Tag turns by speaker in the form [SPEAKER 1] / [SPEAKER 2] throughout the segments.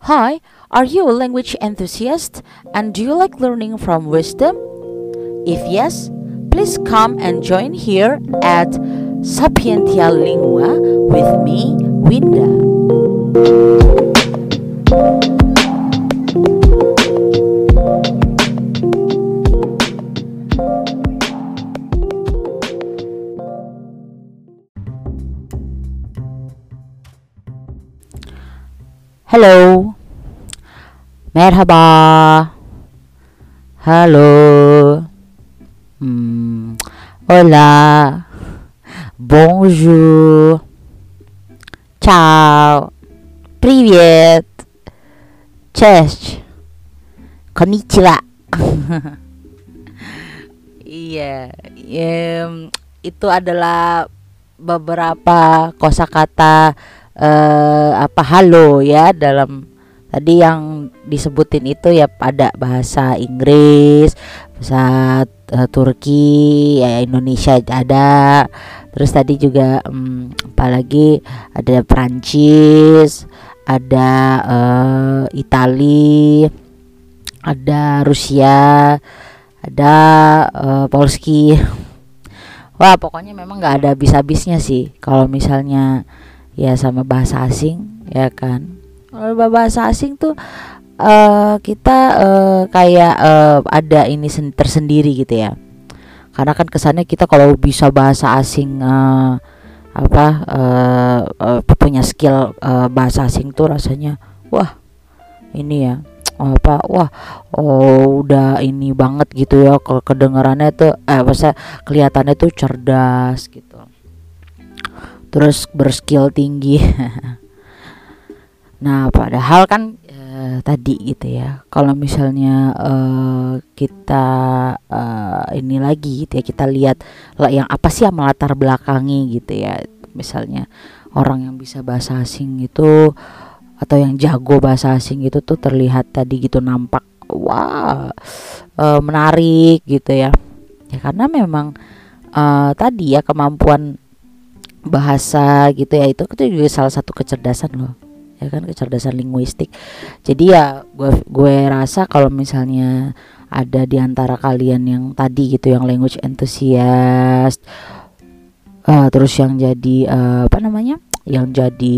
[SPEAKER 1] Hi, are you a language enthusiast and do you like learning from wisdom? If yes, please come and join here at Sapientia Lingua with me, Winda. Hello, merhaba, halo, hola, bonjour, ciao, привет, cześć, konnichiwa. Iya, itu adalah beberapa kosakata halo ya dalam tadi yang disebutin itu ya pada bahasa Inggris, bahasa Turki, ya Indonesia ada. Terus tadi juga apalagi ada Prancis, ada Itali, ada Rusia, ada Polski. Wah, pokoknya memang nggak ada habis-habisnya sih kalau misalnya ya sama bahasa asing, ya kan. Kalau bahasa asing tuh kita kayak ada ini tersendiri gitu ya. Karena kan kesannya kita kalau bisa bahasa asing punya skill bahasa asing tuh rasanya wah ini ya udah ini banget gitu ya, kedengarannya tuh masa kelihatannya tuh cerdas gitu, terus berskill tinggi. Nah padahal kan tadi gitu ya, kalau misalnya kita ini lagi gitu ya, kita lihat yang apa sih yang melatar belakangi gitu ya. Misalnya orang yang bisa bahasa asing itu atau yang jago bahasa asing itu tuh terlihat tadi gitu, nampak wah menarik gitu ya. Ya karena memang tadi ya kemampuan bahasa gitu ya, itu juga salah satu kecerdasan loh, ya kan, kecerdasan linguistik. Jadi ya gue rasa kalau misalnya ada di antara kalian yang tadi gitu, yang language enthusiast, terus yang jadi yang jadi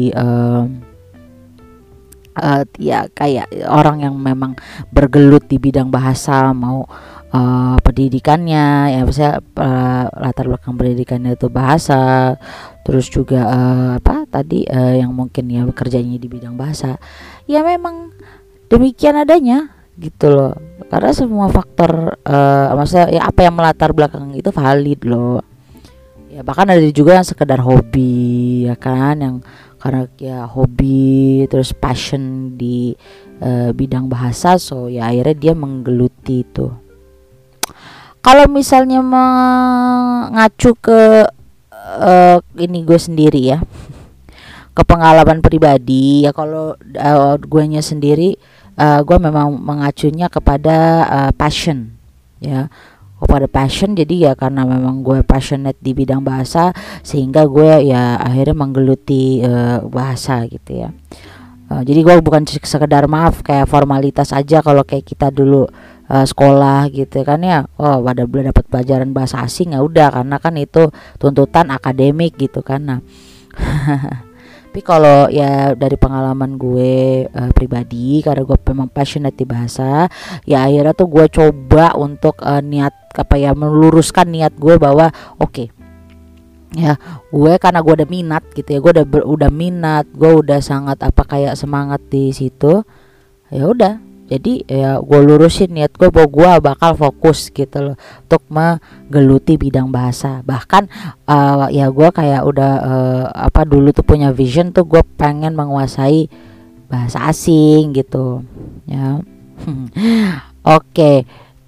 [SPEAKER 1] ya kayak orang yang memang bergelut di bidang bahasa, mau pendidikannya ya misalnya latar belakang pendidikannya itu bahasa, terus juga yang mungkin ya bekerjanya di bidang bahasa, ya memang demikian adanya gitu loh. Karena semua faktor maksudnya ya apa yang melatar belakang itu valid loh. Ya bahkan ada juga yang sekedar hobi, ya kan, yang karena ya hobi terus passion di bidang bahasa, so ya akhirnya dia menggeluti itu. Kalau misalnya mengacu ke ini gue sendiri ya, ke pengalaman pribadi ya, kalau guenya sendiri gue memang mengacunya kepada passion ya, kepada passion. Jadi ya karena memang gue passionate di bidang bahasa, sehingga gue ya akhirnya menggeluti bahasa gitu ya. Jadi gue bukan sekedar maaf kayak formalitas aja, kalau kayak kita dulu sekolah gitu kan ya, pada belum dapat pelajaran bahasa asing ya udah, karena kan itu tuntutan akademik gitu kan. Nah tapi kalau ya dari pengalaman gue pribadi, karena gue memang passionate di bahasa, ya akhirnya tuh gue coba untuk niat meluruskan niat gue bahwa oke, ya gue karena gue udah minat gitu ya, gue udah minat, gue udah sangat kayak semangat di situ, ya udah, jadi ya gue lurusin niat gue bahwa gue bakal fokus gitu loh untuk menggeluti bidang bahasa. Bahkan ya gue kayak udah dulu tuh punya vision tuh, gue pengen menguasai bahasa asing gitu ya. Oke.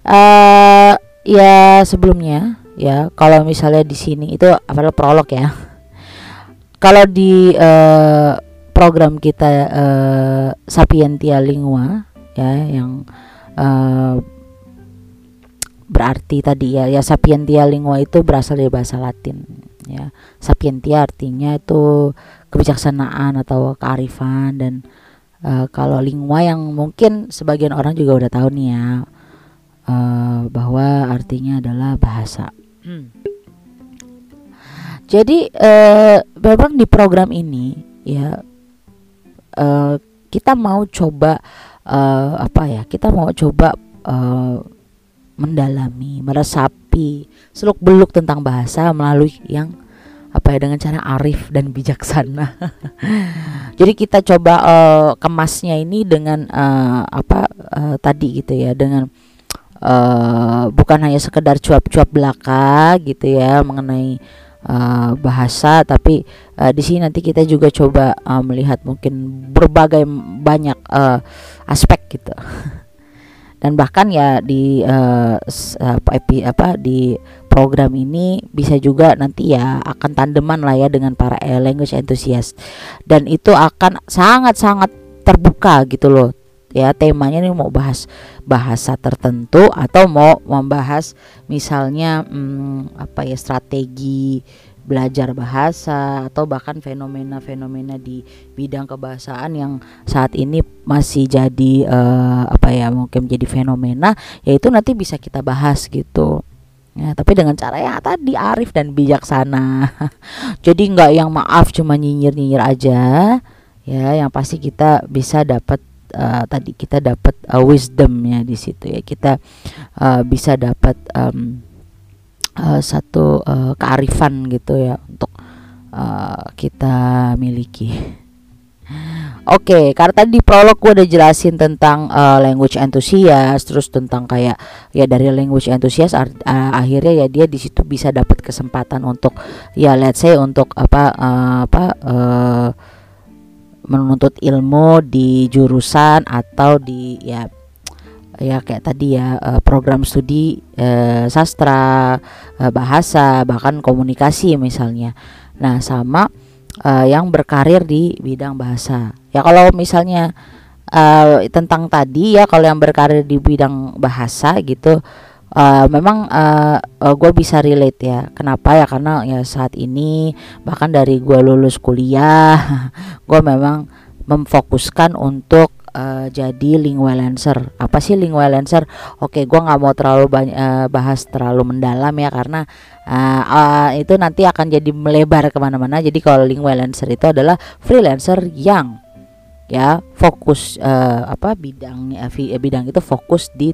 [SPEAKER 1] Ya sebelumnya ya, kalau misalnya di sini itu adalah prolog ya. Kalau di program kita Sapientia Lingua ya, yang berarti tadi ya Sapientia Lingua itu berasal dari bahasa Latin ya. Sapientia artinya itu kebijaksanaan atau kearifan, dan Kalau lingua yang mungkin sebagian orang juga udah tahu nih ya, bahwa artinya adalah bahasa. Jadi memang di program ini ya, kita mau coba kita mau coba mendalami, meresapi seluk-beluk tentang bahasa melalui yang dengan cara arif dan bijaksana. Jadi kita coba kemasnya ini dengan tadi gitu ya, dengan bukan hanya sekedar cuap-cuap belaka gitu ya mengenai bahasa, tapi di sini nanti kita juga coba melihat mungkin berbagai banyak aspek gitu. Dan bahkan ya di di program ini bisa juga nanti ya akan tandeman lah ya dengan para language enthusiast, dan itu akan sangat-sangat terbuka gitu loh ya. Temanya nih mau bahas bahasa tertentu atau mau membahas misalnya strategi belajar bahasa, atau bahkan fenomena-fenomena di bidang kebahasaan yang saat ini masih jadi mungkin jadi fenomena, yaitu nanti bisa kita bahas gitu ya, tapi dengan cara yang tadi arif dan bijaksana. Jadi nggak yang maaf cuma nyinyir-nyinyir aja ya, yang pasti kita bisa dapat tadi kita dapat wisdomnya di situ ya, kita bisa dapat satu kearifan gitu ya untuk kita miliki. Oke, karena tadi di prolog gue udah jelasin tentang language enthusiast, terus tentang kayak ya dari language enthusiast akhirnya ya dia di situ bisa dapat kesempatan untuk ya let's say untuk menuntut ilmu di jurusan atau di ya kayak tadi ya program studi sastra, bahasa, bahkan komunikasi misalnya. Nah, sama yang berkarir di bidang bahasa. Ya kalau misalnya tentang tadi ya, kalau yang berkarir di bidang bahasa gitu, memang gue bisa relate ya. Kenapa ya? Karena ya saat ini bahkan dari gue lulus kuliah, gue memang memfokuskan untuk jadi lingualancer. Apa sih lingualancer? Oke, gue nggak mau terlalu bahas terlalu mendalam ya, karena itu nanti akan jadi melebar kemana-mana. Jadi kalau lingualancer itu adalah freelancer yang ya fokus bidang itu fokus di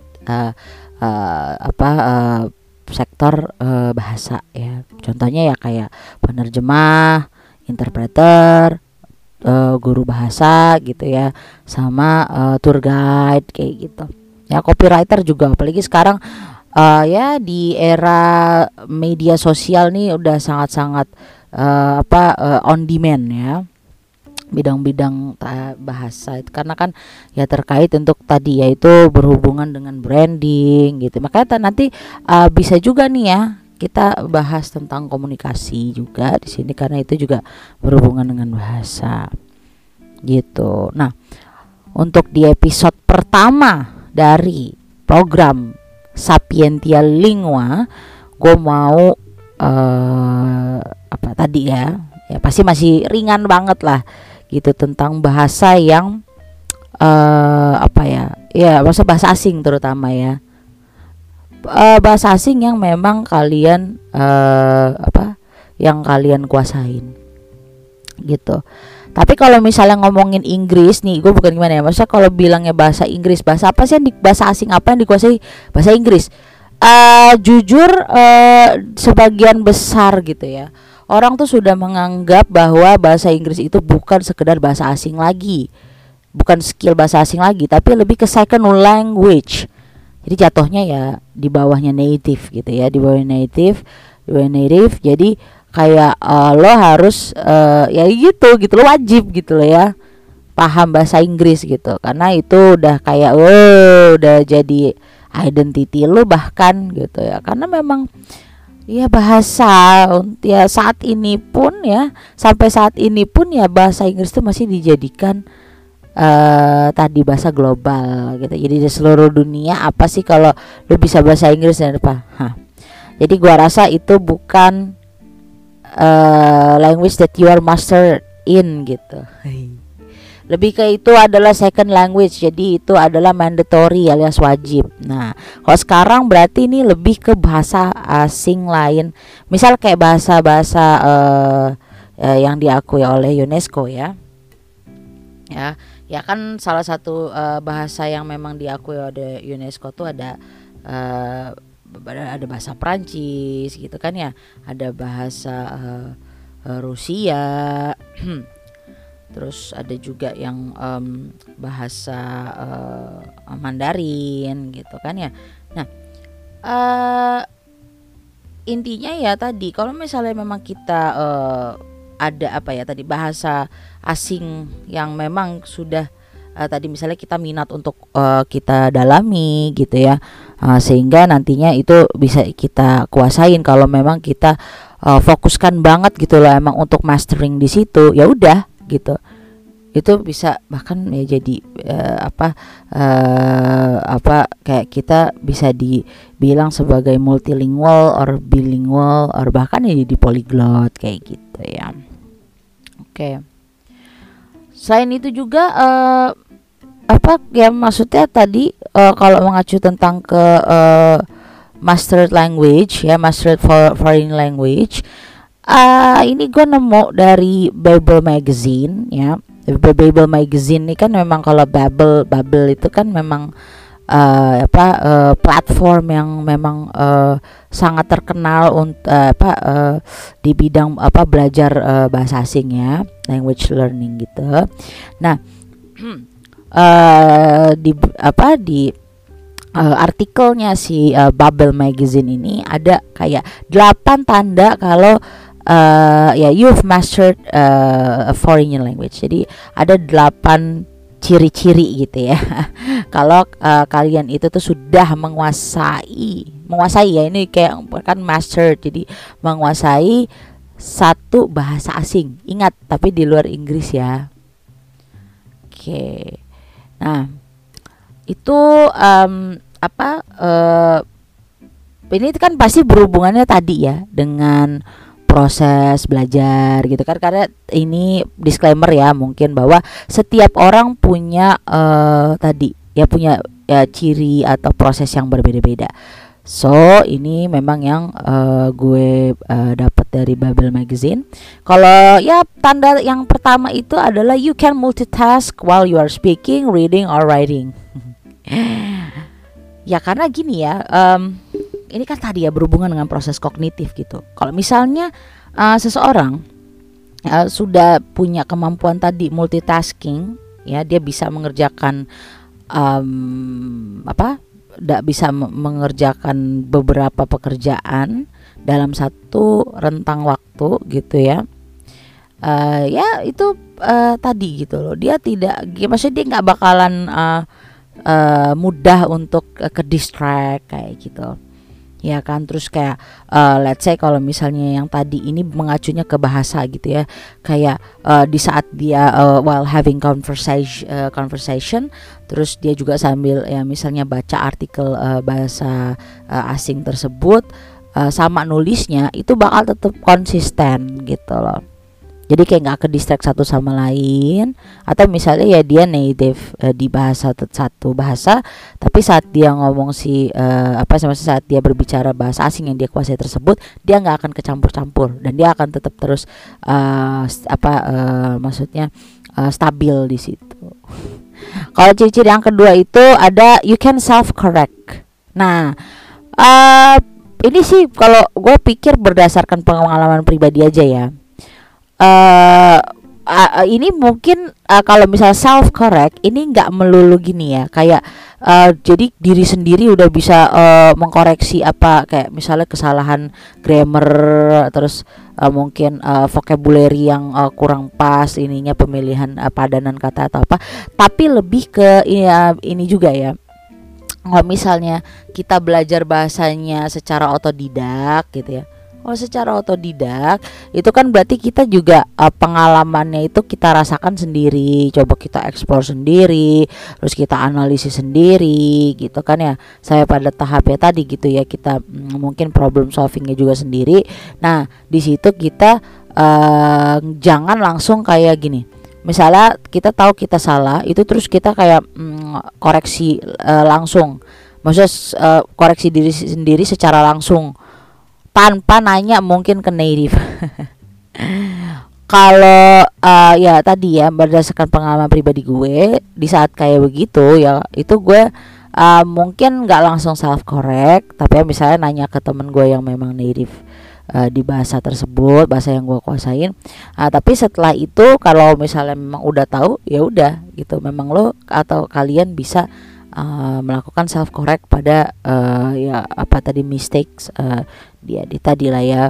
[SPEAKER 1] sektor bahasa ya. Contohnya ya kayak penerjemah, interpreter, guru bahasa gitu ya, sama tour guide kayak gitu ya. Copywriter juga, apalagi sekarang ya di era media sosial nih udah sangat-sangat on demand ya bidang-bidang bahasa itu, karena kan ya terkait untuk tadi yaitu berhubungan dengan branding gitu. Makanya nanti bisa juga nih ya kita bahas tentang komunikasi juga di sini, karena itu juga berhubungan dengan bahasa gitu. Nah, untuk di episode pertama dari program Sapientia Lingua, gue mau tadi ya pasti masih ringan banget lah gitu, tentang bahasa yang bahasa asing terutama ya. Bahasa asing yang memang kalian yang kalian kuasain gitu. Tapi kalau misalnya ngomongin Inggris nih, gue bukan gimana ya, maksudnya kalau bilangnya bahasa Inggris, bahasa apa sih bahasa asing apa yang dikuasai bahasa Inggris? Jujur sebagian besar gitu ya, orang tuh sudah menganggap bahwa bahasa Inggris itu bukan sekedar bahasa asing lagi, bukan skill bahasa asing lagi, tapi lebih ke second language. Jadi jatuhnya ya di bawahnya native gitu ya, di bawah native. Jadi kayak lo harus ya gitu lo wajib gitu lo ya paham bahasa Inggris gitu, karena itu udah kayak udah jadi identity lo bahkan gitu ya. Karena memang ya bahasa ya saat ini pun ya, sampai saat ini pun ya bahasa Inggris itu masih dijadikan tadi bahasa global gitu. Jadi di seluruh dunia apa sih kalau lu bisa bahasa Inggris dan apa? Jadi gua rasa itu bukan language that you are master in gitu. lebih ke itu adalah second language, jadi itu adalah mandatory alias wajib. Nah, kalau sekarang berarti ini lebih ke bahasa asing lain, misal kayak bahasa-bahasa yang diakui oleh UNESCO ya. Ya kan salah satu bahasa yang memang diakui oleh UNESCO tuh ada bahasa Prancis gitu kan ya, ada bahasa Rusia, terus ada juga yang bahasa Mandarin gitu kan ya. Nah, intinya ya tadi kalau misalnya memang kita ada apa ya tadi bahasa asing yang memang sudah tadi misalnya kita minat untuk kita dalami gitu ya, sehingga nantinya itu bisa kita kuasain. Kalau memang kita fokuskan banget gitu loh emang untuk mastering di situ, ya udah gitu, itu bisa bahkan ya jadi kayak kita bisa dibilang sebagai multilingual or bilingual or bahkan ya jadi polyglot kayak gitu ya. Oke. Selain itu juga maksudnya tadi kalau mengacu tentang ke mastered language ya, mastered foreign language, ini gue nemu dari Babel Magazine ya. Babel Magazine ini kan memang kalau Babel itu kan memang platform yang memang sangat terkenal untuk di bidang belajar bahasa asing ya, language learning gitu. Nah, di artikelnya si Babel Magazine ini ada kayak 8 tanda kalau you've mastered a foreign language. Jadi ada 8 ciri-ciri gitu ya. Kalau kalian itu tuh sudah menguasai ya, ini kayak kan master, jadi menguasai satu bahasa asing. Ingat, tapi di luar Inggris ya. Oke. Nah, itu ini kan pasti berhubungannya tadi ya dengan proses belajar gitu kan, karena ini disclaimer ya mungkin bahwa setiap orang punya punya ciri atau proses yang berbeda-beda. So ini memang yang gue dapat dari Babel Magazine. Kalau ya tanda yang pertama itu adalah you can multitask while you are speaking, reading or writing. Ya karena gini ya, ini kan tadi ya berhubungan dengan proses kognitif gitu. Kalau misalnya seseorang sudah punya kemampuan tadi multitasking ya, dia bisa mengerjakan bisa mengerjakan beberapa pekerjaan dalam satu rentang waktu gitu ya. Ya itu tadi gitu loh, dia tidak, maksudnya dia nggak bakalan mudah untuk ke distract kayak gitu ya kan. Terus kayak let's say kalau misalnya yang tadi ini mengacunya ke bahasa gitu ya, kayak di saat dia while having conversation terus dia juga sambil ya misalnya baca artikel bahasa asing tersebut sama nulisnya, itu bakal tetap konsisten gitu loh. Jadi kayak nggak ke distract satu sama lain. Atau misalnya ya dia native di satu bahasa, tapi saat dia ngomong saat dia berbicara bahasa asing yang dia kuasai tersebut, dia nggak akan kecampur-campur dan dia akan tetap terus stabil di situ. Kalau ciri-ciri yang kedua itu ada you can self correct. Nah, ini sih kalau gue pikir berdasarkan pengalaman pribadi aja ya. Ini mungkin kalau misal self correct ini nggak melulu gini ya, kayak jadi diri sendiri udah bisa mengkoreksi kayak misalnya kesalahan grammar, terus mungkin vocabulary yang kurang pas ininya, pemilihan padanan kata atau apa. Tapi lebih ke ini juga ya, kalau misalnya kita belajar bahasanya secara otodidak gitu ya. Kalau secara otodidak itu kan berarti kita juga pengalamannya itu kita rasakan sendiri, coba kita eksplor sendiri, terus kita analisis sendiri gitu kan ya. Saya pada tahapnya tadi gitu ya, kita mungkin problem solvingnya juga sendiri. Nah di situ kita jangan langsung kayak gini, Misalnya kita tahu kita salah, itu terus kita kayak koreksi langsung. Maksudnya koreksi diri sendiri secara langsung tanpa nanya mungkin ke native. Kalau ya tadi ya berdasarkan pengalaman pribadi gue di saat kayak begitu ya, itu gue mungkin nggak langsung self correct, tapi misalnya nanya ke temen gue yang memang native di bahasa tersebut, bahasa yang gue kuasain. Tapi setelah itu kalau misalnya memang udah tahu, ya udah gitu, memang lo atau kalian bisa melakukan self correct pada ya apa tadi mistakes dia di tadi lah ya,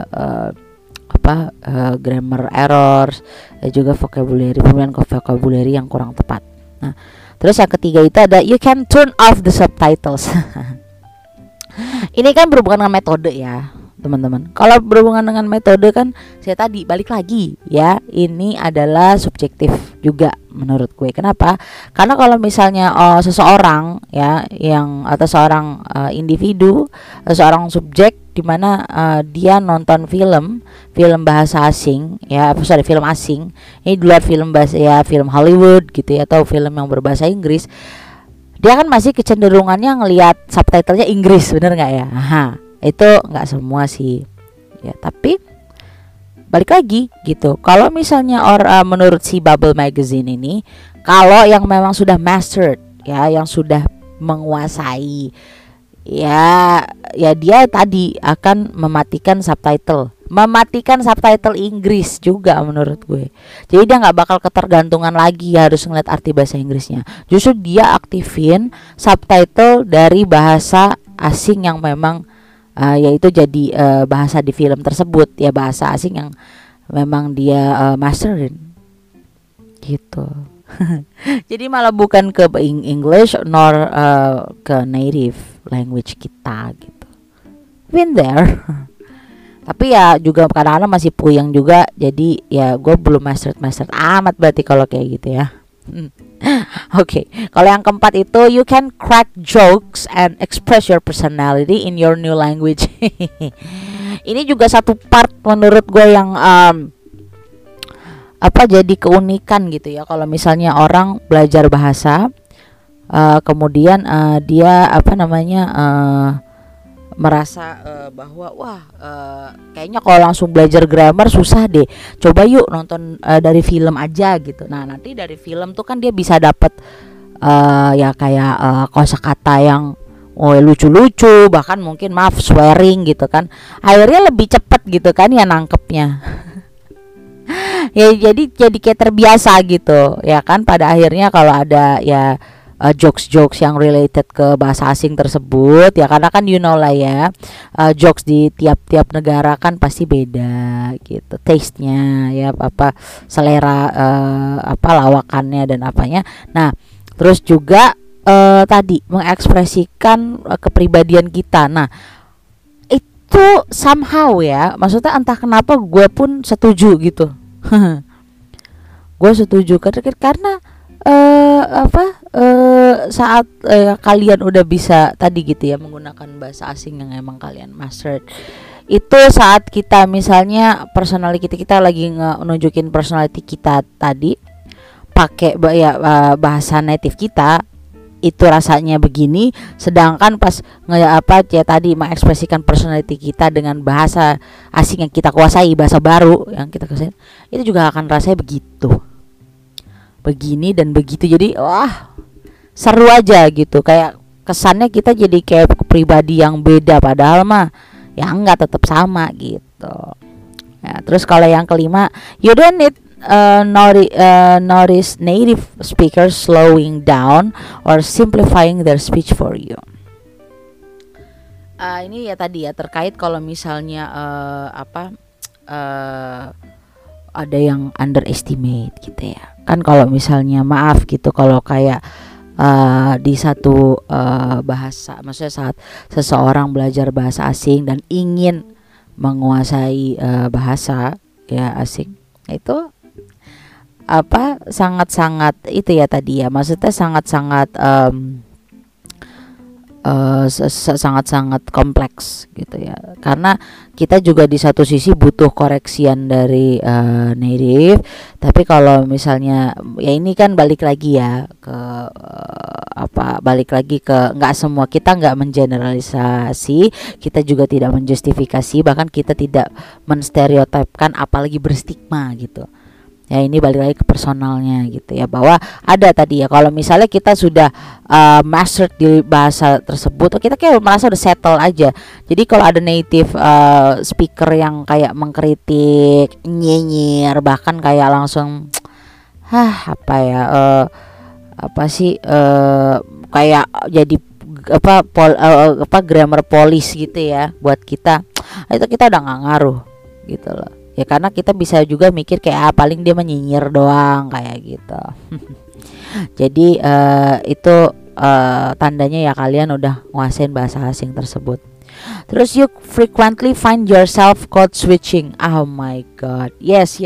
[SPEAKER 1] grammar errors, juga vocabulary, pemilihan vocabulary yang kurang tepat. Nah, terus yang ketiga itu ada you can turn off the subtitles. Ini kan berhubungan dengan metode ya, teman-teman. Kalau berhubungan dengan metode kan saya tadi balik lagi ya, ini adalah subjektif juga menurut gue. Kenapa? Karena kalau misalnya seseorang ya yang atau seorang individu, seorang subjek di mana dia nonton film bahasa asing ya, film asing, ini di luar film bahasa ya, film Hollywood gitu ya, atau film yang berbahasa Inggris, dia kan masih kecenderungannya ngelihat subtitlenya Inggris, bener nggak ya? Itu nggak semua sih ya, tapi balik lagi gitu. Kalau misalnya menurut si Bubble Magazine ini, kalau yang memang sudah mastered ya, yang sudah menguasai ya dia tadi akan mematikan subtitle Inggris juga menurut gue. Jadi dia nggak bakal ketergantungan lagi harus ngeliat arti bahasa Inggrisnya. Justru dia aktifin subtitle dari bahasa asing yang memang yaitu jadi bahasa di film tersebut ya, bahasa asing yang memang dia masterin gitu. Jadi malah bukan ke English nor ke native language kita gitu. Been there. Tapi ya juga kadang-kadang masih puyeng juga. Jadi ya gue belum master amat berarti kalau kayak gitu ya. Oke. Kalau yang keempat itu you can crack jokes and express your personality in your new language. Ini juga satu part menurut gue yang jadi keunikan gitu ya. Kalau misalnya orang belajar bahasa kemudian dia merasa bahwa kayaknya kalau langsung belajar grammar susah deh, coba yuk nonton dari film aja gitu. Nah nanti dari film tuh kan dia bisa dapet kosakata yang lucu-lucu, bahkan mungkin swearing gitu kan, akhirnya lebih cepet gitu kan ya nangkepnya. Ya jadi kayak terbiasa gitu ya kan, pada akhirnya kalau ada ya jokes yang related ke bahasa asing tersebut ya, karena kan lah ya, jokes di tiap negara kan pasti beda gitu taste-nya ya, selera lawakannya dan apanya. Nah terus juga tadi mengekspresikan kepribadian kita. Nah itu somehow ya, maksudnya entah kenapa gue pun setuju gitu. Gue setuju karena saat kalian udah bisa tadi gitu ya menggunakan bahasa asing yang emang kalian mastered, itu saat kita misalnya personality kita lagi nunjukin personality kita tadi pakai bahasa native kita, itu rasanya begini. Sedangkan pas tadi mengekspresikan personality kita dengan bahasa asing yang kita kuasai, bahasa baru yang kita kuasai, itu juga akan rasanya begini dan begitu. Jadi seru aja gitu, kayak kesannya kita jadi kayak pribadi yang beda, padahal mah ya enggak, tetap sama gitu ya. Terus kalau yang kelima, you don't need notice native speakers slowing down or simplifying their speech for you. Ini ya tadi ya terkait kalau misalnya ada yang underestimate gitu ya kan. Kalau misalnya maaf gitu, kalau kayak di satu bahasa, maksudnya saat seseorang belajar bahasa asing dan ingin menguasai bahasa ya asing, itu sangat-sangat itu ya tadi ya, maksudnya sangat-sangat sangat-sangat kompleks gitu ya, karena kita juga di satu sisi butuh koreksian dari native, tapi kalau misalnya ya ini kan balik lagi ya ke balik lagi ke nggak semua, kita nggak mengeneralisasi, kita juga tidak menjustifikasi, bahkan kita tidak menstereotipkan apalagi berstigma gitu. Ya ini balik lagi ke personalnya gitu ya, bahwa ada tadi ya kalau misalnya kita sudah master di bahasa tersebut, kita kayak merasa udah settle aja. Jadi kalau ada native speaker yang kayak mengkritik, nyinyir, bahkan kayak langsung kayak jadi grammar police gitu ya buat kita, itu kita udah nggak ngaruh gitu loh ya, karena kita bisa juga mikir kayak paling dia menyinyir doang kayak gitu. Jadi itu tandanya ya kalian udah nguasain bahasa asing tersebut. Terus you frequently find yourself code switching. Oh my god, yes.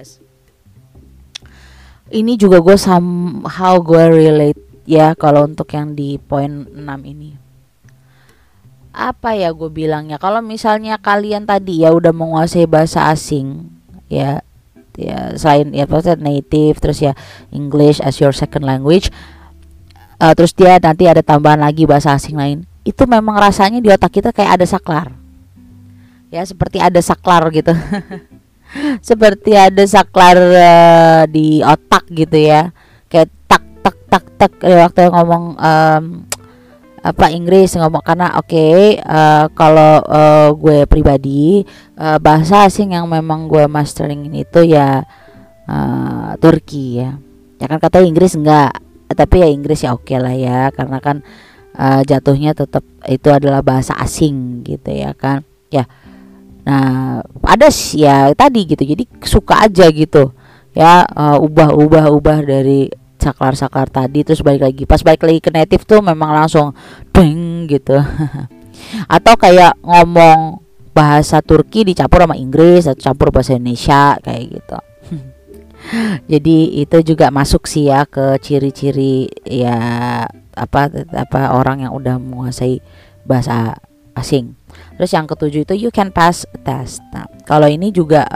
[SPEAKER 1] Ini juga gue somehow relate ya kalau untuk yang di poin 6 ini. Apa ya gue bilangnya, kalau misalnya kalian tadi ya udah menguasai bahasa asing ya selain ya native, terus ya English as your second language, terus dia nanti ada tambahan lagi bahasa asing lain, itu memang rasanya di otak kita kayak ada saklar ya, seperti ada saklar gitu. Seperti ada saklar di otak gitu ya, kayak tak waktu ngomong Inggris ngomong, karena kalau gue pribadi bahasa asing yang memang gue masteringin itu ya Turki ya kan, kata Inggris enggak, tapi ya Inggris ya oke lah ya, karena kan jatuhnya tetap itu adalah bahasa asing gitu ya kan ya. Nah ada sih ya tadi gitu, jadi suka aja gitu ya, ubah dari saklar tadi, terus balik lagi ke native tuh memang langsung deng gitu. Atau kayak ngomong bahasa Turki dicampur sama Inggris atau campur bahasa Indonesia kayak gitu. Jadi itu juga masuk sih ya ke ciri-ciri ya orang yang udah menguasai bahasa asing. Terus yang ketujuh itu you can pass a test. Nah, kalau ini juga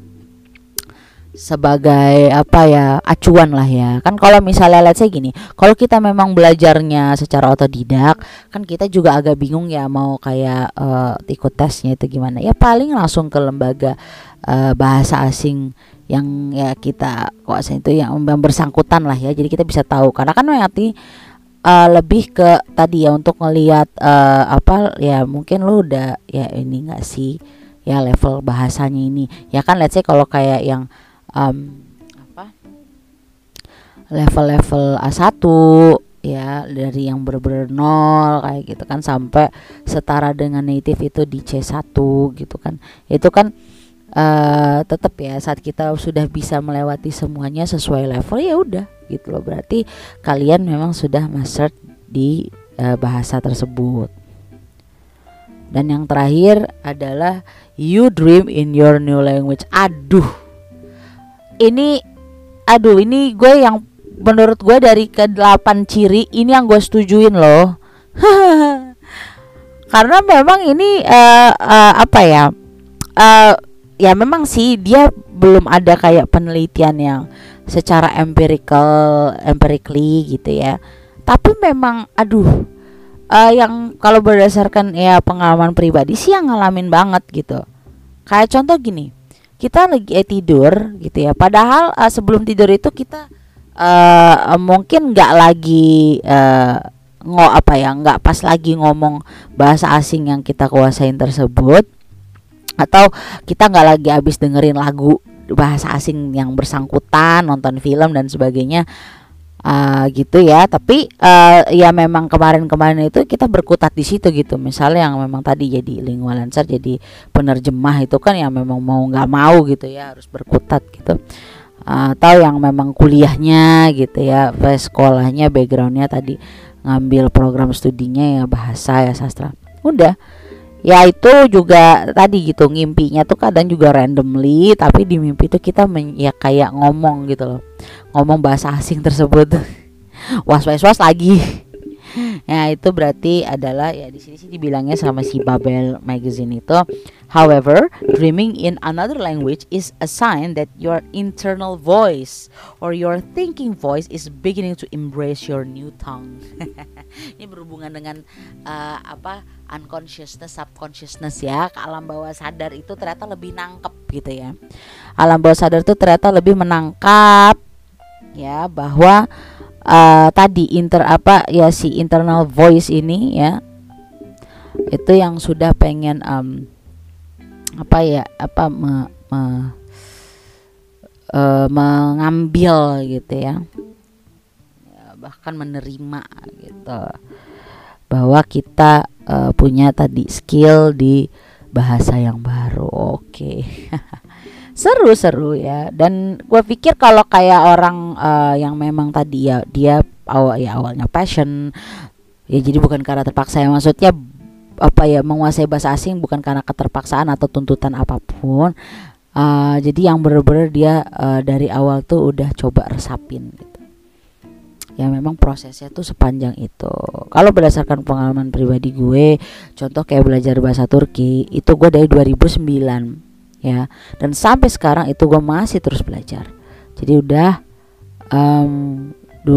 [SPEAKER 1] sebagai acuan lah ya kan. Kalau misalnya let's say gini, kalau kita memang belajarnya secara otodidak kan, kita juga agak bingung ya mau kayak ikut tesnya itu gimana ya, paling langsung ke lembaga bahasa asing yang ya kita kuasain itu yang bersangkutan lah ya, jadi kita bisa tahu, karena kan nanti lebih ke tadi ya untuk ngelihat ya mungkin lu udah ya ini enggak sih ya level bahasanya ini ya kan. Let's say kalau kayak yang level A1 ya, dari yang bener-bener nol kayak gitu kan sampai setara dengan native itu di C1 gitu kan. Itu kan tetap ya saat kita sudah bisa melewati semuanya sesuai level ya udah gitu loh, berarti kalian memang sudah master di bahasa tersebut. Dan yang terakhir adalah you dream in your new language. Ini gue yang menurut gue dari ke-8 ciri ini yang gue setujuin loh. Karena memang ini ya memang sih dia belum ada kayak penelitian yang secara empirically gitu ya. Tapi memang yang kalau berdasarkan ya pengalaman pribadi sih yang ngalamin banget gitu. Kayak contoh gini, kita lagi tidur gitu ya, padahal sebelum tidur itu kita mungkin nggak lagi nggak pas lagi ngomong bahasa asing yang kita kuasain tersebut, atau kita nggak lagi habis dengerin lagu bahasa asing yang bersangkutan, nonton film dan sebagainya gitu ya. Tapi ya memang kemarin itu kita berkutat di situ gitu. Misalnya yang memang tadi jadi lingual lancar, jadi penerjemah, itu kan yang memang mau nggak mau gitu ya harus berkutat gitu. Atau yang memang kuliahnya gitu ya, sekolahnya backgroundnya tadi ngambil program studinya ya bahasa ya sastra, udah ya itu juga tadi gitu, ngimpinya tuh kadang juga randomly, tapi di mimpi tuh kita ya kayak ngomong gitu loh, ngomong bahasa asing tersebut. was lagi Ya, itu berarti adalah ya di sini sih dibilangnya sama si Babel Magazine itu. However, dreaming in another language is a sign that your internal voice or your thinking voice is beginning to embrace your new tongue. Ini berhubungan dengan unconsciousness, subconsciousness ya. Alam bawah sadar itu ternyata lebih nangkep gitu ya. Alam bawah sadar itu ternyata lebih menangkap ya bahwa tadi si internal voice ini ya itu yang sudah pengen mengambil gitu ya, bahkan menerima gitu bahwa kita punya tadi skill di bahasa yang baru. Oke. Seru ya. Dan gue pikir kalau kayak orang yang memang tadi ya dia awalnya passion ya, jadi bukan karena terpaksa ya, maksudnya menguasai bahasa asing bukan karena keterpaksaan atau tuntutan apapun. Jadi yang benar-benar dia dari awal tuh udah coba resapin gitu. Ya memang prosesnya tuh sepanjang itu. Kalau berdasarkan pengalaman pribadi gue, contoh kayak belajar bahasa Turki, itu gue dari 2009 ya, dan sampai sekarang itu gue masih terus belajar. Jadi udah 20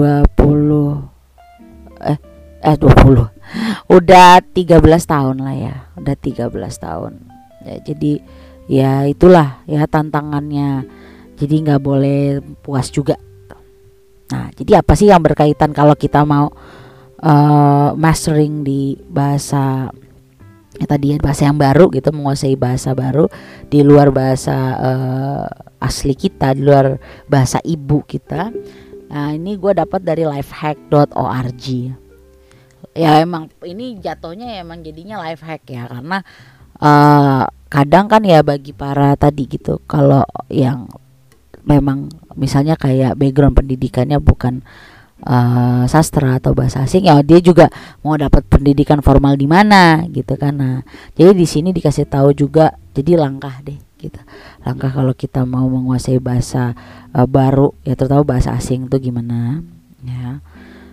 [SPEAKER 1] udah 13 tahun lah ya, udah 13 tahun ya. Jadi ya itulah ya tantangannya, jadi nggak boleh puas juga. Nah, jadi apa sih yang berkaitan kalau kita mau mastering di bahasa tadi ya, bahasa yang baru gitu, menguasai bahasa baru di luar bahasa asli kita, di luar bahasa ibu kita. Nah, ini gue dapat dari lifehack.org. Ya emang ini jatuhnya emang jadinya lifehack ya, karena kadang kan ya bagi para tadi gitu, kalau yang memang misalnya kayak background pendidikannya bukan sastra atau bahasa asing, ya dia juga mau dapat pendidikan formal di mana gitu kan. Nah, jadi di sini dikasih tahu juga, jadi langkah deh gitu. Langkah kalau kita mau menguasai bahasa baru ya, terutama bahasa asing itu gimana ya.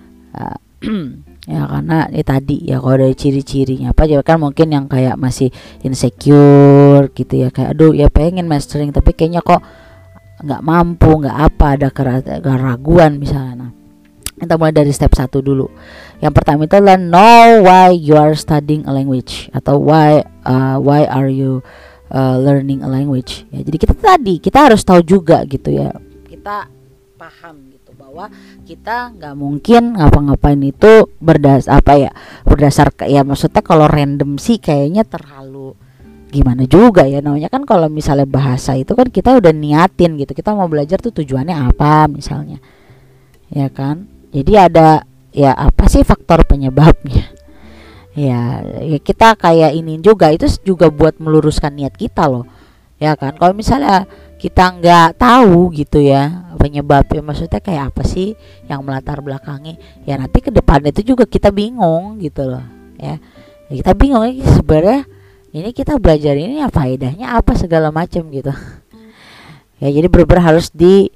[SPEAKER 1] Ya karena ini tadi ya, kalau dari ciri-cirinya apa aja kan, mungkin yang kayak masih insecure gitu ya, kayak aduh ya pengen mastering tapi kayaknya kok nggak mampu, nggak ada keraguan misalnya. Nah, kita mulai dari step 1 dulu. Yang pertama itu adalah know why you are studying a language, atau why are you learning a language ya. Jadi kita harus tahu juga gitu ya, kita paham gitu bahwa kita nggak mungkin ngapa-ngapain itu berdasar ya, maksudnya kalau random sih kayaknya terlalu gimana juga ya. Namanya kan kalau misalnya bahasa itu kan kita udah niatin gitu, kita mau belajar tuh tujuannya apa misalnya ya kan. Jadi ada ya apa sih faktor penyebabnya ya kita kayak ini juga, itu juga buat meluruskan niat kita loh ya kan. Kalau misalnya kita nggak tahu gitu ya penyebabnya, maksudnya kayak apa sih yang melatar belakangi ya, nanti ke depan itu juga kita bingung gitu loh ya kita bingung sebenarnya ini kita belajar ini ya faedahnya apa segala macam gitu ya. Jadi benar-benar harus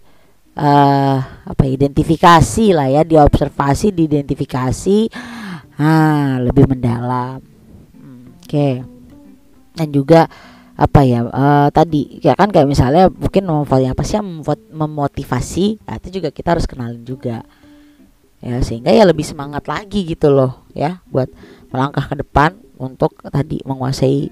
[SPEAKER 1] identifikasi lah ya, diobservasi, diidentifikasi lebih mendalam. Oke. Dan juga tadi ya kan, kayak misalnya mungkin apa sih yang memotivasi, itu juga kita harus kenalin juga ya, sehingga ya lebih semangat lagi gitu loh ya buat melangkah ke depan untuk tadi menguasai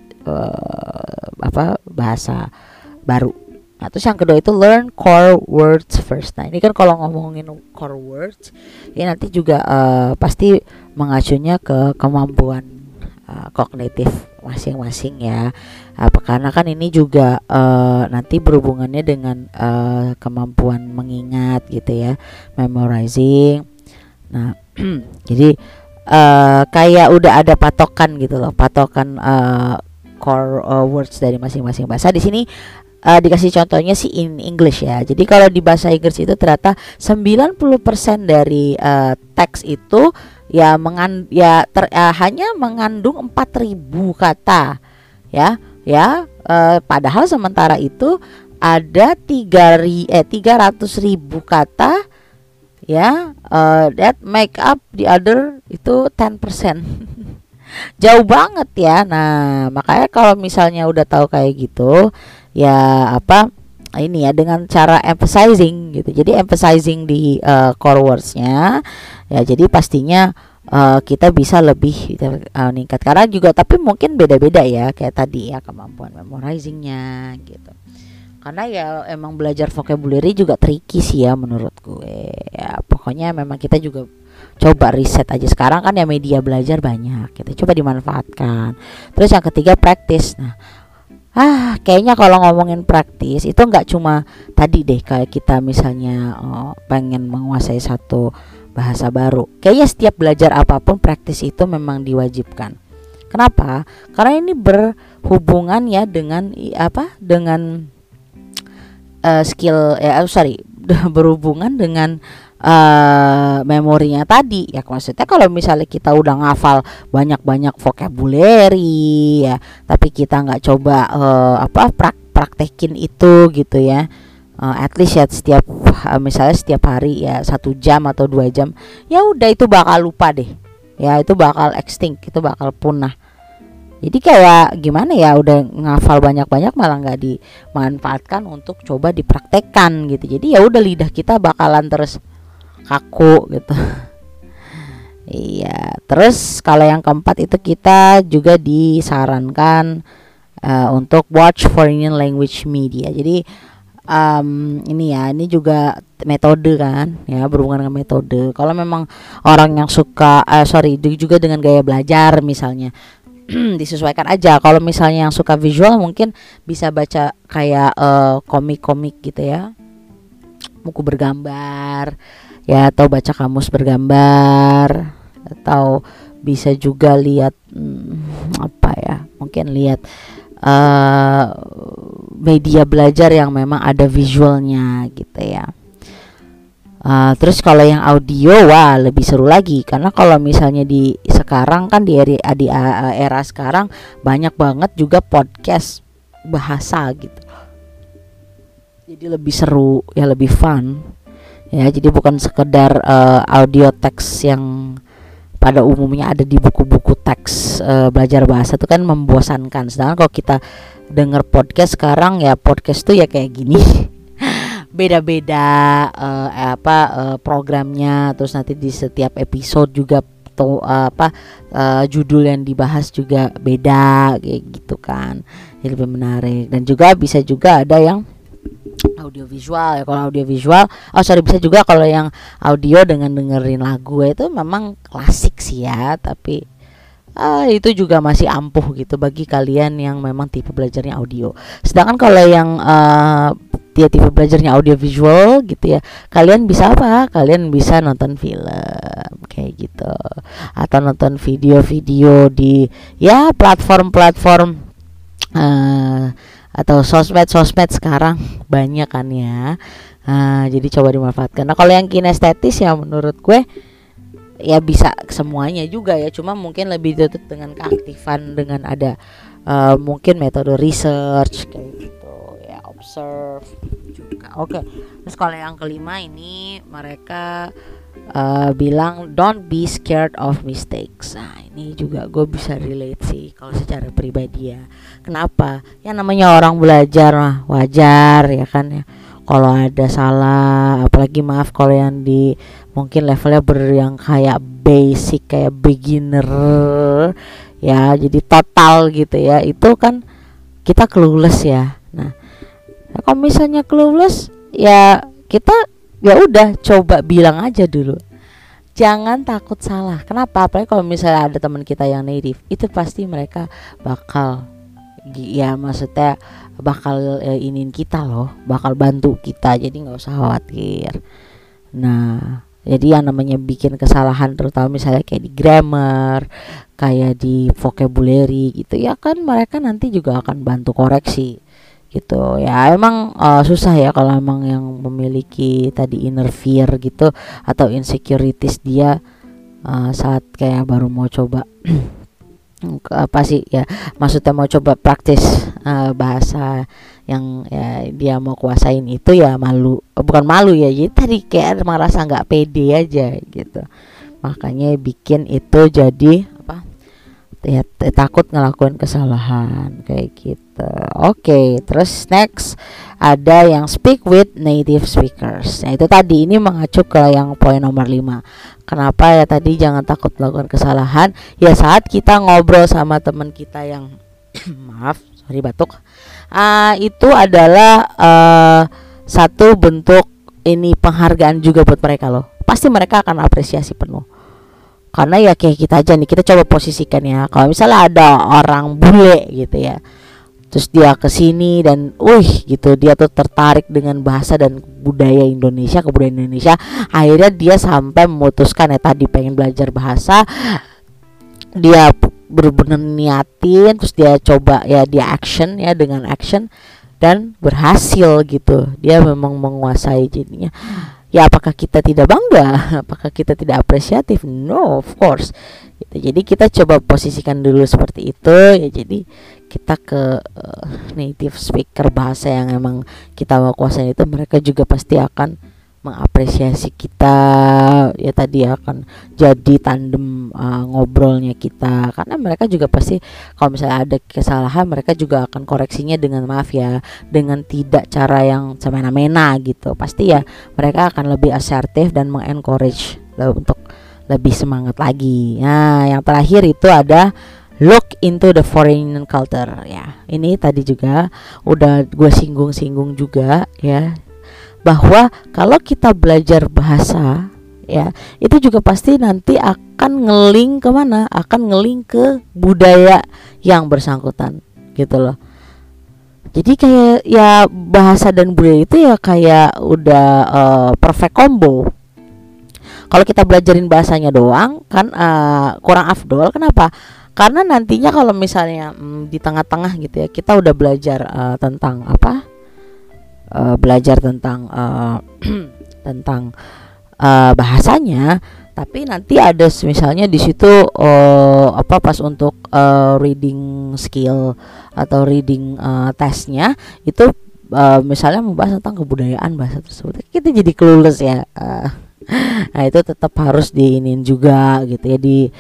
[SPEAKER 1] bahasa baru. Nah, terus yang kedua itu learn core words first. Nah, ini kan kalau ngomongin core words ya nanti juga pasti mengacunya ke kemampuan kognitif masing-masing ya. Karena kan ini juga nanti berhubungannya dengan kemampuan mengingat gitu ya, memorizing. Nah, jadi kayak udah ada patokan gitu loh, patokan core words dari masing-masing bahasa. Di sini dikasih contohnya sih in English ya. Jadi kalau di bahasa Inggris itu ternyata 90% dari teks itu ya hanya mengandung 4.000 kata ya. Padahal sementara itu ada 300.000 kata ya, that make up the other itu 10%. Jauh banget ya. Nah, makanya kalau misalnya udah tahu kayak gitu, ya apa ini ya, dengan cara emphasizing gitu. Jadi emphasizing di core words-nya ya, jadi pastinya kita bisa lebih meningkat. Karena juga tapi mungkin beda-beda ya, kayak tadi ya kemampuan memorizingnya gitu. Karena ya emang belajar vocabulary juga tricky sih ya menurut gue. Ya pokoknya memang kita juga coba riset aja. Sekarang kan ya media belajar banyak, kita coba dimanfaatkan. Terus yang ketiga praktis. Nah, kayaknya kalau ngomongin praktis itu nggak cuma tadi deh, kayak kita misalnya pengen menguasai satu bahasa baru. Kayaknya setiap belajar apapun praktis itu memang diwajibkan. Kenapa? Karena ini berhubungan ya dengan dengan skill berhubungan dengan memorinya tadi ya. Maksudnya kalau misalnya kita udah ngafal banyak-banyak vocabulary ya, tapi kita nggak coba praktekin itu gitu ya, at least ya misalnya setiap hari ya 1 jam atau 2 jam, ya udah itu bakal lupa deh ya, itu bakal extinct, itu bakal punah. Jadi kayak gimana ya, udah ngafal banyak-banyak malah nggak dimanfaatkan untuk coba dipraktekkan gitu. Jadi ya udah lidah kita bakalan terus kaku gitu. Iya. Terus kalau yang keempat itu kita juga disarankan untuk watch foreign language media. Jadi ini juga metode kan ya, berhubungan dengan metode. Kalau memang orang yang suka juga dengan gaya belajar misalnya, disesuaikan aja. Kalau misalnya yang suka visual mungkin bisa baca kayak komik-komik gitu ya, buku bergambar ya, atau baca kamus bergambar, atau bisa juga lihat mungkin lihat media belajar yang memang ada visualnya gitu ya. Terus kalau yang audio, wah lebih seru lagi, karena kalau misalnya di sekarang kan di era sekarang banyak banget juga podcast bahasa gitu. Jadi lebih seru ya, lebih fun ya. Jadi bukan sekedar audio teks yang pada umumnya ada di buku-buku teks belajar bahasa, itu kan membosankan. Sedangkan kalau kita denger podcast sekarang ya, podcast tuh ya kayak gini. Beda-beda programnya, terus nanti di setiap episode juga judul yang dibahas juga beda kayak gitu kan, jadi lebih menarik. Dan juga bisa juga ada yang audio visual ya. Kalau audio visual bisa juga kalau yang audio dengan dengerin lagu itu memang klasik sih ya, tapi itu juga masih ampuh gitu bagi kalian yang memang tipe belajarnya audio. Sedangkan kalau yang dia tipe belajarnya audio visual gitu ya, kalian bisa kalian bisa nonton film kayak gitu, atau nonton video-video di ya platform-platform atau sosmed sekarang banyak kan ya. Jadi coba dimanfaatkan. Nah kalau yang kinestetis ya menurut gue ya bisa semuanya juga ya, cuma mungkin lebih tutup dengan keaktifan, dengan ada mungkin metode research kayak gitu ya, observe juga. Oke. Terus kalau yang kelima ini mereka bilang don't be scared of mistakes. Nah ini juga gue bisa relate sih kalau secara pribadi ya. Kenapa? Ya namanya orang belajar mah wajar ya kan ya, kalau ada salah, apalagi maaf kalau yang di mungkin levelnya yang kayak basic, kayak beginner ya, jadi total gitu ya, itu kan kita clueless ya. Nah kalau misalnya clueless ya, kita ya udah coba bilang aja dulu, jangan takut salah. Kenapa? Apalagi kalau misalnya ada teman kita yang native, itu pasti mereka bakal ya, maksudnya bakal iniin kita loh, bakal bantu kita, jadi nggak usah khawatir. Nah jadi yang namanya bikin kesalahan, terutama misalnya kayak di grammar, kayak di vocabulary gitu ya kan, mereka nanti juga akan bantu koreksi gitu ya. Emang susah ya kalau emang yang memiliki tadi inner fear gitu atau insecurities dia saat kayak baru mau coba apa sih ya, maksudnya mau coba praktis bahasa yang ya dia mau kuasain itu ya malu, bukan malu ya, jadi tadi kayak merasa nggak pede aja gitu, makanya bikin itu jadi apa ya, takut ngelakuin kesalahan kayak gitu. Oke, terus next ada yang speak with native speakers. Nah itu tadi, ini mengacu ke yang poin nomor 5. Kenapa ya tadi jangan takut melakukan kesalahan ya saat kita ngobrol sama teman kita yang maaf sorry batuk, itu adalah satu bentuk ini penghargaan juga buat mereka loh, pasti mereka akan apresiasi penuh. Karena ya kayak kita aja nih, kita coba posisikan ya, kalau misalnya ada orang bule gitu ya, terus dia kesini dan gitu, dia tuh tertarik dengan bahasa dan budaya Indonesia, kebudayaan Indonesia, akhirnya dia sampai memutuskan ya tadi pengen belajar bahasa, dia benar-benar niatin, terus dia coba ya, dia action ya, dengan action dan berhasil gitu, dia memang menguasai jadinya. Ya apakah kita tidak bangga? Apakah kita tidak apresiatif? No, of course. Gitu. Jadi kita coba posisikan dulu seperti itu ya. Jadi kita ke native speaker bahasa yang emang kita mau kuasain itu, mereka juga pasti akan mengapresiasi kita ya, tadi akan jadi tandem ngobrolnya kita, karena mereka juga pasti kalau misalnya ada kesalahan mereka juga akan koreksinya dengan maaf ya, dengan tidak cara yang semena-mena gitu, pasti ya mereka akan lebih asertif dan mengencourage untuk lebih semangat lagi. Nah yang terakhir itu ada look into the foreign culture ya, ini tadi juga udah gue singgung juga ya, bahwa kalau kita belajar bahasa ya itu juga pasti nanti akan ngeling kemana, akan ngeling ke budaya yang bersangkutan gitu loh. Jadi kayak ya bahasa dan budaya itu ya kayak udah perfect combo. Kalau kita belajarin bahasanya doang kan kurang afdol. Kenapa? Karena nantinya kalau misalnya di tengah-tengah gitu ya, kita udah belajar tentang apa, belajar tentang tentang bahasanya, tapi nanti ada misalnya di situ pas untuk reading skill atau reading testnya itu misalnya membahas tentang kebudayaan bahasa tersebut, kita jadi clueless ya. Nah itu tetap harus diinin juga gitu ya,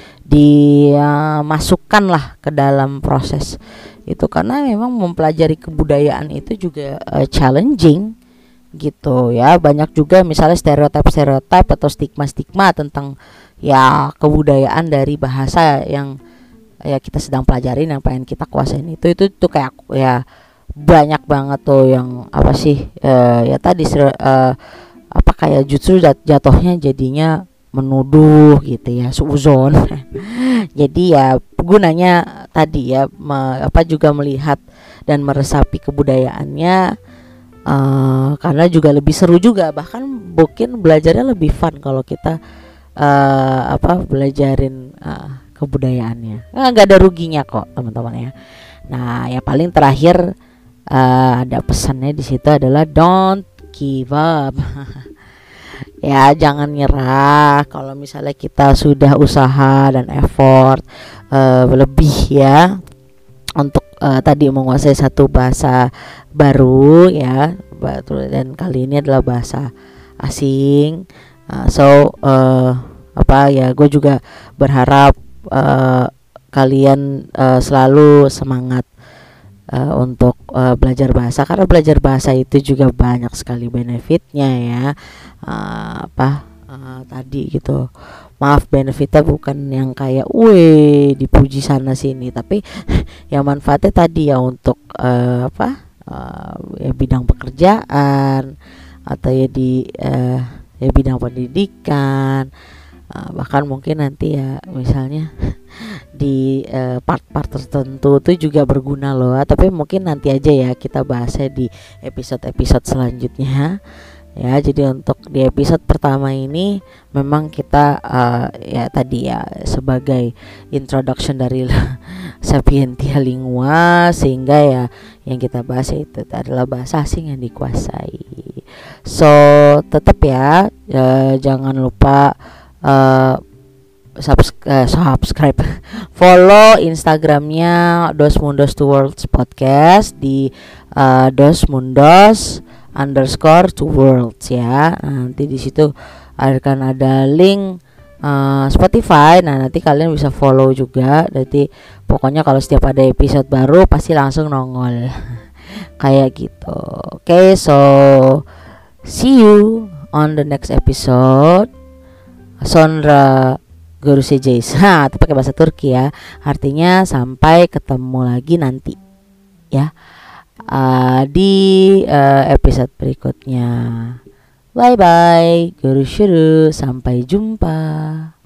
[SPEAKER 1] masukkan lah ke dalam proses itu, karena memang mempelajari kebudayaan itu juga challenging gitu ya. Banyak juga misalnya stereotip atau stigma tentang ya kebudayaan dari bahasa yang ya kita sedang pelajarin, yang pengen kita kuasain itu tuh kayak ya banyak banget tuh yang apa sih ya tadi apa kayak justru jatuhnya jadinya menuduh gitu ya, suuzon. Jadi ya gunanya tadi ya juga melihat dan meresapi kebudayaannya, karena juga lebih seru juga, bahkan mungkin belajarnya lebih fun kalau kita belajarin kebudayaannya. Nggak ada ruginya kok teman-teman ya. Nah yang paling terakhir ada pesannya di situ adalah don't give up. Ya jangan nyerah kalau misalnya kita sudah usaha dan effort lebih ya untuk tadi menguasai satu bahasa baru ya, dan kali ini adalah bahasa asing. Gue juga berharap kalian selalu semangat untuk belajar bahasa, karena belajar bahasa itu juga banyak sekali benefitnya ya. Tadi gitu, maaf, benefitnya bukan yang kayak dipuji sana sini, tapi yang manfaatnya tadi ya untuk ya bidang pekerjaan atau ya di ya bidang pendidikan, bahkan mungkin nanti ya misalnya di part-part tertentu itu juga berguna loh. Tapi mungkin nanti aja ya kita bahasnya di episode-episode selanjutnya ya. Jadi untuk di episode pertama ini memang kita ya tadi ya sebagai introduction dari Sapientia Lingua, sehingga ya yang kita bahas itu adalah bahasa asing yang dikuasai. So tetap ya jangan lupa subscribe follow Instagramnya Dosmundos to Worlds Podcast di Dosmundos_to Worlds ya. Nanti di situ akan ada link Spotify. Nah nanti kalian bisa follow juga. Nanti pokoknya kalau setiap ada episode baru pasti langsung nongol kayak gitu. Oke, so see you on the next episode. Sonra görüşeceğiz. Itu pakai bahasa Turki ya. Artinya sampai ketemu lagi nanti ya. Di episode berikutnya. Bye bye. Görüşürüz. Sampai jumpa.